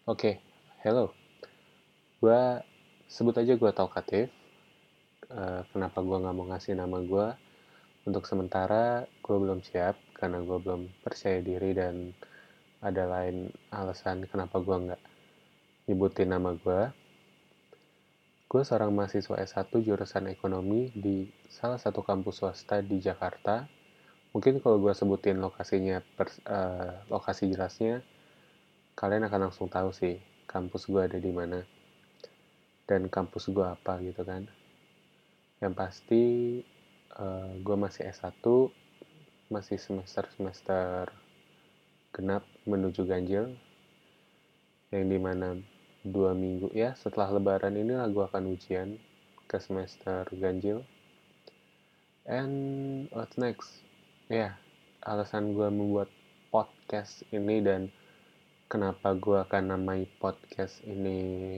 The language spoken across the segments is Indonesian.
Oke, hello. Gue sebut aja gue talkatif. Kenapa gue nggak mau ngasih nama gue? Untuk sementara gue belum siap karena gue belum percaya diri dan ada lain alasan kenapa gue nggak nyebutin nama gue. Gue seorang mahasiswa S1 jurusan ekonomi di salah satu kampus swasta di Jakarta. Mungkin kalau gue sebutin lokasi jelasnya, kalian akan langsung tahu sih kampus gue ada di mana dan kampus gue apa gitu kan. Yang pasti gue masih S1, masih semester genap menuju ganjil, yang dimana 2 minggu ya setelah lebaran inilah gue akan ujian ke semester ganjil. And what's next? Ya, alasan gue membuat podcast ini dan kenapa gue akan namai podcast ini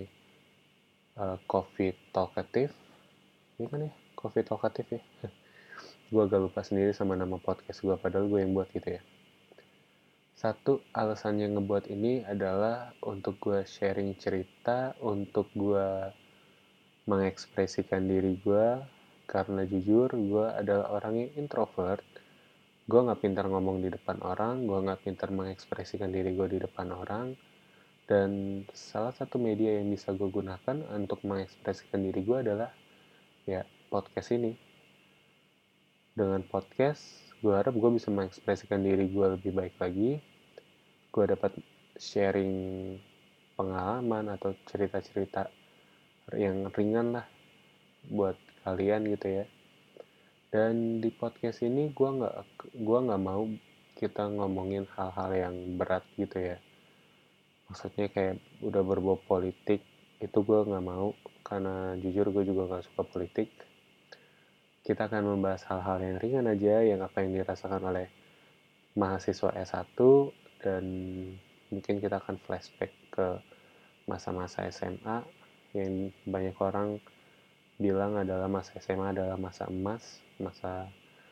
Coffee Talkative. Ini kan ya, Coffee Talkative ya. Gue agak lupa sendiri sama nama podcast gue, padahal gue yang buat gitu ya. Satu alasan yang ngebuat ini adalah untuk gue sharing cerita, untuk gue mengekspresikan diri gue, karena jujur gue adalah orang yang introvert. Gue gak pintar ngomong di depan orang, gue gak pintar mengekspresikan diri gue di depan orang, dan salah satu media yang bisa gue gunakan untuk mengekspresikan diri gue adalah ya podcast ini. Dengan podcast, gue harap gue bisa mengekspresikan diri gue lebih baik lagi. Gue dapat sharing pengalaman atau cerita-cerita yang ringan lah buat kalian gitu ya. Dan di podcast ini gue nggak mau kita ngomongin hal-hal yang berat gitu ya. Maksudnya kayak udah berbau politik, itu gue nggak mau karena jujur gue juga nggak suka politik. Kita akan membahas hal-hal yang ringan aja, yang apa yang dirasakan oleh mahasiswa S1, dan mungkin kita akan flashback ke masa-masa SMA yang banyak orang bilang adalah masa SMA adalah masa emas, masa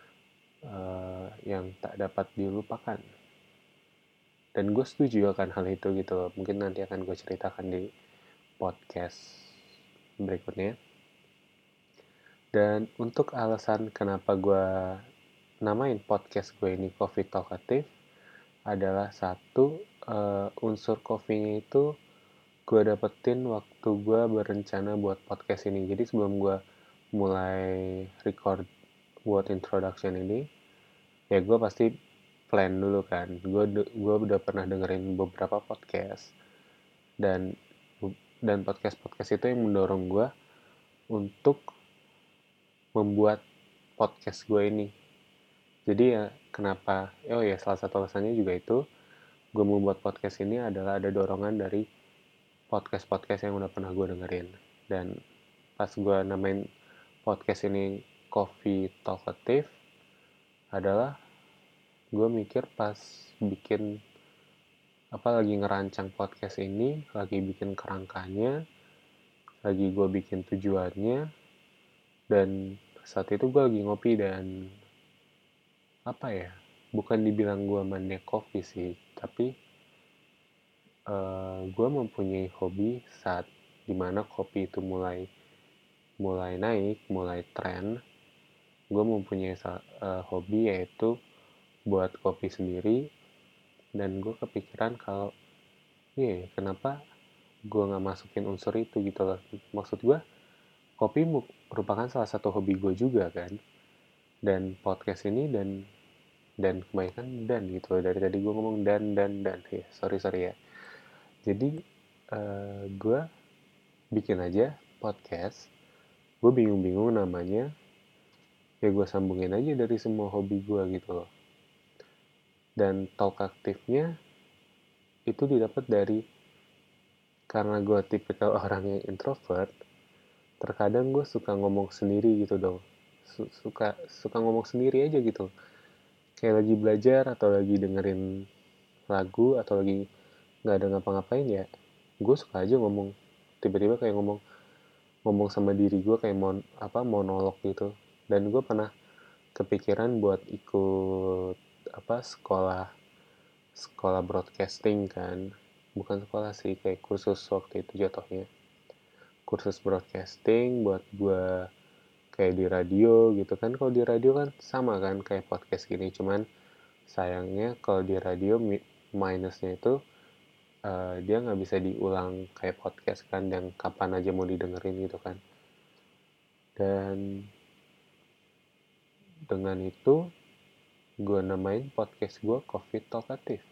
yang tak dapat dilupakan. Dan gue setuju akan hal itu gitu loh. Mungkin nanti akan gue ceritakan di podcast berikutnya. Dan untuk alasan kenapa gue namain podcast gue ini Coffee Talkative adalah satu, unsur coffee-nya itu gue dapetin waktu gue berencana buat podcast ini. Jadi sebelum gue mulai record buat introduction ini, ya gue pasti plan dulu kan. Gue udah pernah dengerin beberapa podcast, dan podcast itu yang mendorong gue untuk membuat podcast gue ini. Jadi ya kenapa, oh ya salah satu alasannya juga itu gue membuat podcast ini adalah ada dorongan dari podcast-podcast yang udah pernah gue dengerin. Dan pas gue namain podcast ini Coffee Talkative adalah gue mikir pas bikin lagi ngerancang podcast ini, lagi bikin kerangkanya, lagi gue bikin tujuannya, dan saat itu gue lagi ngopi dan bukan dibilang gue maniak kopi sih, tapi gue mempunyai hobi saat dimana kopi itu mulai naik, mulai tren. Gue mempunyai hobi yaitu buat kopi sendiri, dan gue kepikiran kalau kenapa gue nggak masukin unsur itu gitu loh. Maksud gue, kopi merupakan salah satu hobi gue juga kan, dan podcast ini dan kebanyakan dan gitu loh. Dari tadi gue ngomong dan ya, sorry ya. Jadi gue bikin aja podcast, gue bingung namanya, ya gue sambungin aja dari semua hobi gue gitu loh. Dan talk aktifnya itu didapat dari, karena gue tipikal orang yang introvert, terkadang gue suka ngomong sendiri gitu dong. Suka ngomong sendiri aja gitu, kayak lagi belajar atau lagi dengerin lagu atau lagi nggak ada ngapa-ngapain ya, gue suka aja ngomong, tiba-tiba kayak ngomong sama diri gue, kayak monolog gitu. Dan gue pernah kepikiran buat ikut sekolah broadcasting kan, bukan sekolah sih, kayak kursus waktu itu jatuhnya. Kursus broadcasting buat gue kayak di radio gitu kan. Kalau di radio kan sama kan kayak podcast gini, cuman sayangnya kalau di radio minusnya itu dia nggak bisa diulang kayak podcast kan, yang kapan aja mau didengerin gitu kan. Dan dengan itu gue namain podcast gue Covid Talkative.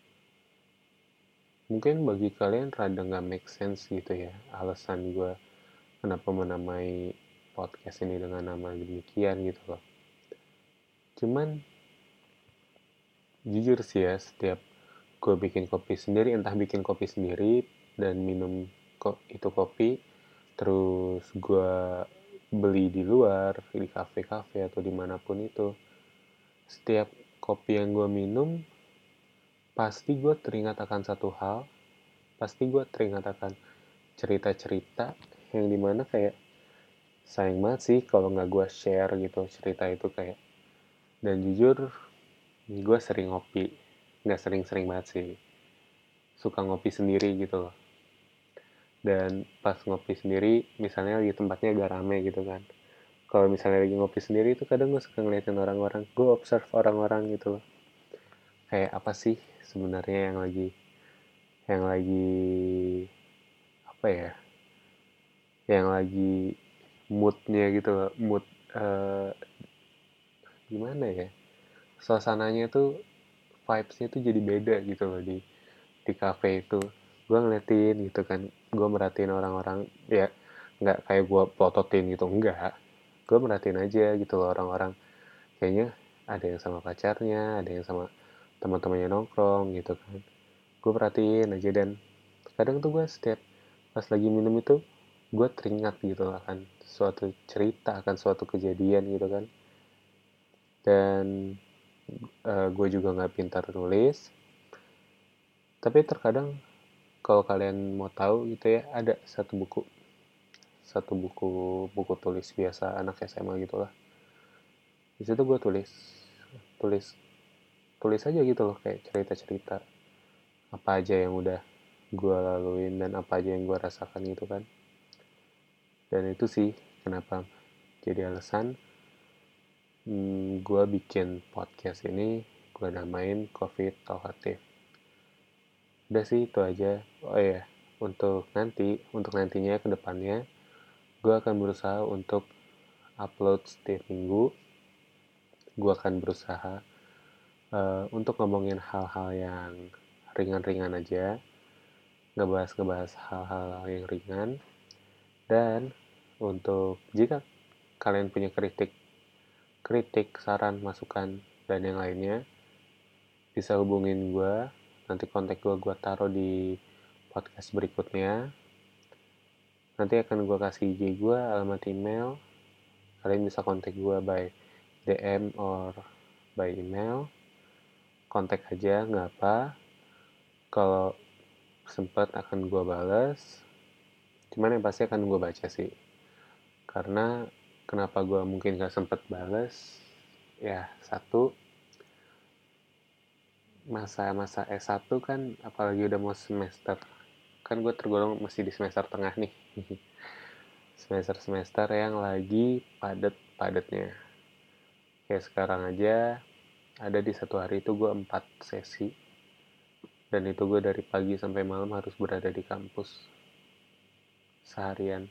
Mungkin bagi kalian rada nggak make sense gitu ya alasan gue kenapa menamai podcast ini dengan nama demikian gitu loh. Cuman jujur sih ya, setiap gue bikin kopi sendiri, entah bikin kopi sendiri dan minum itu kopi, terus gue beli di luar, di kafe-kafe atau dimanapun itu, setiap kopi yang gue minum, pasti gue teringat akan satu hal, pasti gue teringat akan cerita-cerita yang dimana kayak sayang banget sih kalau nggak gue share gitu cerita itu kayak. Dan jujur gue sering ngopi, nggak sering-sering banget sih, suka ngopi sendiri gitu loh. Dan pas ngopi sendiri misalnya lagi tempatnya agak rame gitu kan, kalau misalnya lagi ngopi sendiri itu kadang gue suka ngeliatin orang-orang, gue observe orang-orang gitu loh, kayak apa sih sebenarnya yang lagi apa ya, yang lagi moodnya gitu loh, mood uh, gimana ya, suasananya tuh vibesnya tuh jadi beda gitu loh di cafe itu. Gue ngeliatin gitu kan, gue merhatiin orang-orang ya, nggak kayak gue plototin gitu, enggak, gue merhatiin aja gitu loh orang-orang, kayaknya ada yang sama pacarnya, ada yang sama teman-temannya nongkrong gitu kan. Gue perhatiin aja, dan kadang tuh gue setiap pas lagi minum itu gue teringat gitu loh akan suatu cerita, akan suatu kejadian gitu kan. Dan gue juga nggak pintar nulis, tapi terkadang kalau kalian mau tahu gitu ya, ada satu buku tulis biasa anak SMA gitulah. Di situ gue tulis tulis aja gitu loh, kayak cerita-cerita apa aja yang udah gue laluin dan apa aja yang gue rasakan gitu kan. Dan itu sih kenapa jadi alasan gue bikin podcast ini, gue namain Covid Talkative. Udah sih itu aja. Oh iya, untuk nantinya ke depannya gue akan berusaha untuk upload setiap minggu. Gue akan berusaha untuk ngomongin hal-hal yang ringan-ringan aja, ngebahas hal-hal yang ringan. Dan untuk jika kalian punya kritik, saran, masukan, dan yang lainnya, bisa hubungin gue. Nanti kontak gue taruh di podcast berikutnya. Nanti akan gue kasih IG gue, alamat email. Kalian bisa kontak gue by DM or by email. Kontak aja, nggak apa. Kalau sempat akan gue balas. Cuman yang pasti akan gue baca sih. Karena kenapa gue mungkin gak sempet balas, ya satu, masa-masa S1 kan, apalagi udah mau semester, kan gue tergolong masih di semester tengah nih. Semester-semester yang lagi padet-padetnya. Kayak sekarang aja ada di satu hari itu gue 4 sesi, dan itu gue dari pagi sampai malam harus berada di kampus seharian.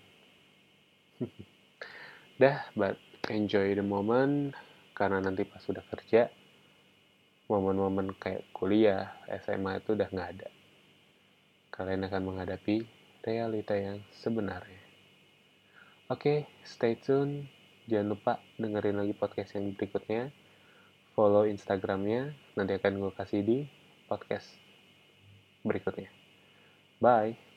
Dah, but enjoy the moment, karena nanti pas sudah kerja, momen-momen kayak kuliah, SMA itu udah nggak ada. Kalian akan menghadapi realita yang sebenarnya. Oke, stay tune. Jangan lupa dengerin lagi podcast yang berikutnya. Follow Instagramnya, nanti akan gue kasih di podcast berikutnya. Bye.